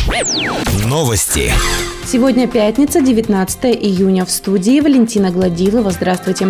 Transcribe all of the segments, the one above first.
Новости. Сегодня пятница, 19 июня. В студии Валентина Гладилова. Здравствуйте.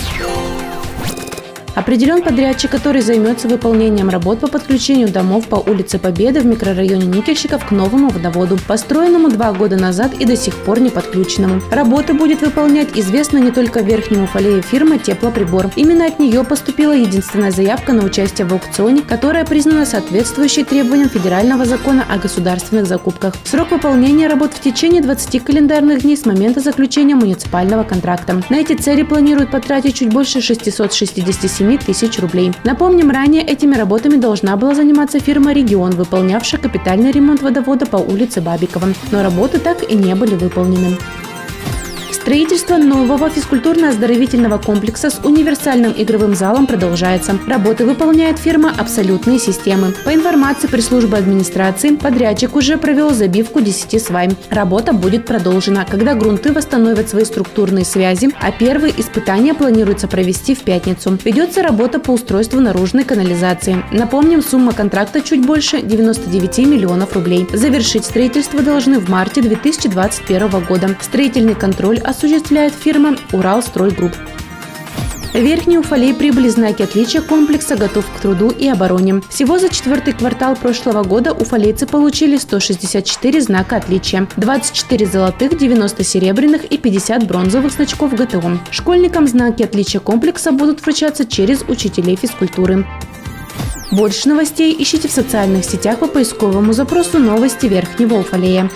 Определен подрядчик, который займется выполнением работ по подключению домов по улице Победы в микрорайоне Никельщиков к новому водоводу, построенному 2 года назад и до сих пор не подключенному. Работы будет выполнять известная не только в Верхнем Уфалее фирма «Теплоприбор». Именно от нее поступила единственная заявка на участие в аукционе, которая признана соответствующей требованиям федерального закона о государственных закупках. Срок выполнения работ в течение 20 календарных дней с момента заключения муниципального контракта. На эти цели планируют потратить чуть больше 667 тысяч рублей. Напомним, ранее этими работами должна была заниматься фирма «Регион», выполнявшая капитальный ремонт водовода по улице Бабикова. Но работы так и не были выполнены. Строительство нового физкультурно-оздоровительного комплекса с универсальным игровым залом продолжается. Работы выполняет фирма «Абсолютные системы». По информации пресс-службы администрации, подрядчик уже провел забивку 10 свай. Работа будет продолжена, когда грунты восстановят свои структурные связи, а первые испытания планируется провести в пятницу. Ведется работа по устройству наружной канализации. Напомним, сумма контракта чуть больше 99 миллионов рублей. Завершить строительство должны в марте 2021 года. Строительный контроль осуществляет фирма «Уралстройгрупп». В Верхний Уфалей прибыли знаки отличия комплекса «Готов к труду и обороне». Всего за 4-й квартал прошлого года уфалейцы получили 164 знака отличия, 24 золотых, 90 серебряных и 50 бронзовых значков ГТО. Школьникам знаки отличия комплекса будут вручаться через учителей физкультуры. Больше новостей ищите в социальных сетях по поисковому запросу «Новости Верхнего Уфалея».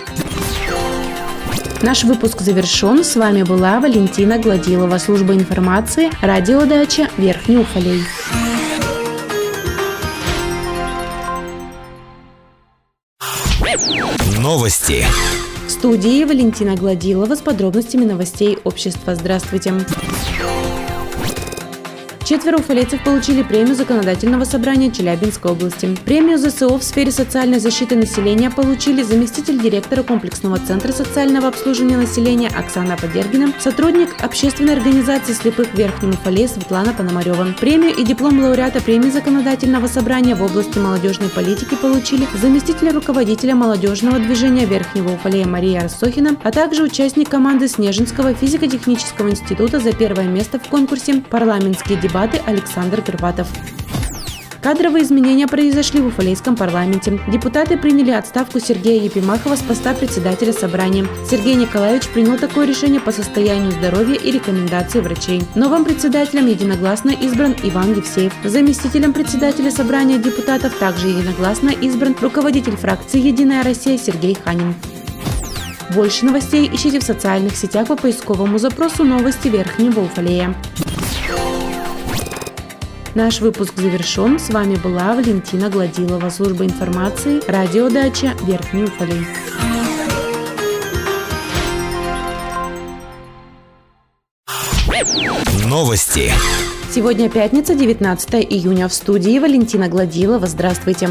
Наш выпуск завершен. С вами была Валентина Гладилова, служба информации, радиодача Верхний Уфалей. Новости. В студии Валентина Гладилова с подробностями новостей общества. Здравствуйте. 4 уфалейцев получили премию Законодательного собрания Челябинской области. Премию ЗСО в сфере социальной защиты населения получили заместитель директора комплексного центра социального обслуживания населения Оксана Подергина, сотрудник общественной организации слепых в Верхнем Уфалее Светлана Пономарева. Премию и диплом лауреата премии Законодательного собрания в области молодежной политики получили заместитель руководителя молодежного движения Верхнего Уфалея Мария Рассохина, а также участник команды Снежинского физико-технического института за первое место в конкурсе «Парламентские дебаты» Александр Горбатов. Кадровые изменения произошли в Уфалейском парламенте. Депутаты приняли отставку Сергея Епимахова с поста председателя собрания. Сергей Николаевич принял такое решение по состоянию здоровья и рекомендации врачей. Новым председателем единогласно избран Иван Евсеев. Заместителем председателя собрания депутатов также единогласно избран руководитель фракции «Единая Россия» Сергей Ханин. Больше новостей ищите в социальных сетях по поисковому запросу «Новости Верхнего Уфалея». Наш выпуск завершен. С вами была Валентина Гладилова, служба информации, радиодача Верхний Уфалей. Новости. Сегодня пятница, 19 июня. В студии Валентина Гладилова. Здравствуйте.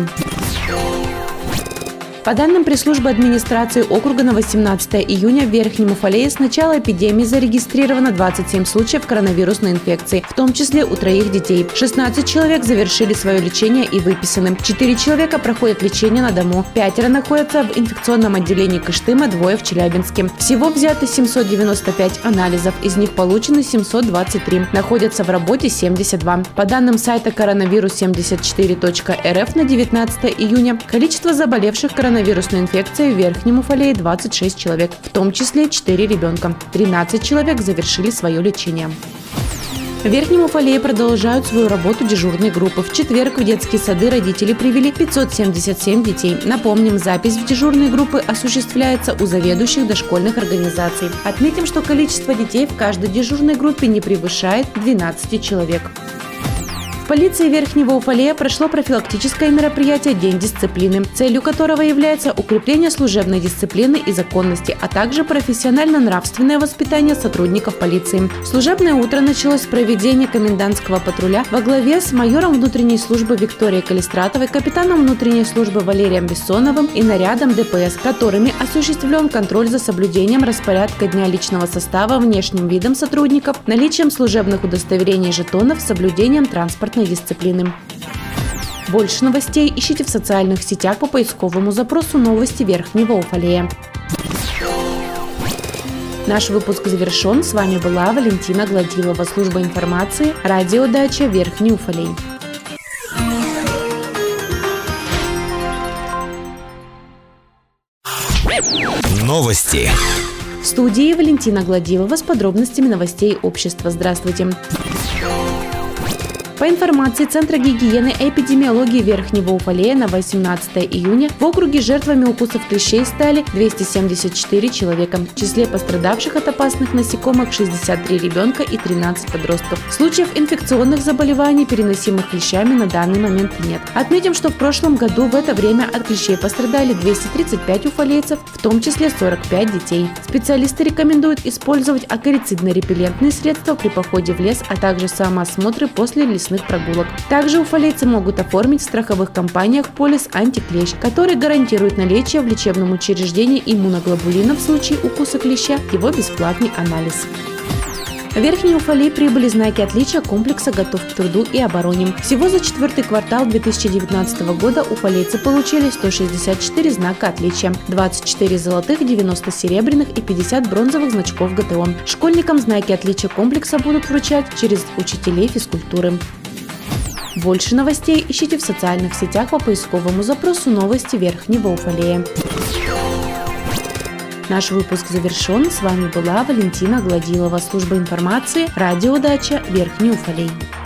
По данным пресс-службы администрации округа, на 18 июня в Верхнем Уфалее с начала эпидемии зарегистрировано 27 случаев коронавирусной инфекции, в том числе у 3 детей. 16 человек завершили свое лечение и выписаны. 4 человека проходят лечение на дому. 5 находятся в инфекционном отделении Кыштыма, 2 в Челябинске. Всего взяты 795 анализов, из них получены 723. Находятся в работе 72. По данным сайта коронавирус74.рф на 19 июня количество заболевших коронавирусной инфекцией в Верхнем Уфалее 26 человек, в том числе 4 ребенка. 13 человек завершили свое лечение. В Верхнем Уфалее продолжают свою работу дежурные группы. В четверг в детские сады родители привели 577 детей. Напомним, запись в дежурные группы осуществляется у заведующих дошкольных организаций. Отметим, что количество детей в каждой дежурной группе не превышает 12 человек. В полиции Верхнего Уфалея прошло профилактическое мероприятие «День дисциплины», целью которого является укрепление служебной дисциплины и законности, а также профессионально-нравственное воспитание сотрудников полиции. Служебное утро началось с проведения комендантского патруля во главе с майором внутренней службы Викторией Калистратовой, капитаном внутренней службы Валерием Бессоновым и нарядом ДПС, которыми осуществлен контроль за соблюдением распорядка дня личного состава, внешним видом сотрудников, наличием служебных удостоверений и жетонов, соблюдением транспортной дисциплины. Больше новостей ищите в социальных сетях по поисковому запросу «Новости Верхнего Уфалея». Наш выпуск завершен. С вами была Валентина Гладилова, служба информации, радиодача Верхний Уфалей. Новости. В студии Валентина Гладилова с подробностями новостей общества. Здравствуйте. По информации Центра гигиены и эпидемиологии Верхнего Уфалея на 18 июня в округе жертвами укусов клещей стали 274 человека. В числе пострадавших от опасных насекомых 63 ребенка и 13 подростков. Случаев инфекционных заболеваний, переносимых клещами, на данный момент нет. Отметим, что в прошлом году в это время от клещей пострадали 235 уфалейцев, в том числе 45 детей. Специалисты рекомендуют использовать акарицидно-репеллентные средства при походе в лес, а также самоосмотры после лесных прогулок. Также уфалейцы могут оформить в страховых компаниях полис антиклещ, который гарантирует наличие в лечебном учреждении иммуноглобулина в случае укуса клеща, его бесплатный анализ. В Верхний Уфалей прибыли знаки отличия комплекса «Готов к труду и обороне». Всего за четвертый квартал 2019 года уфалейцы получили 164 знака отличия, 24 золотых, 90 серебряных и 50 бронзовых значков ГТО. Школьникам знаки отличия комплекса будут вручать через учителей физкультуры. Больше новостей ищите в социальных сетях по поисковому запросу «Новости Верхнего Уфалея». Наш выпуск завершен. С вами была Валентина Гладилова, служба информации, радиодача Верхний Уфалей.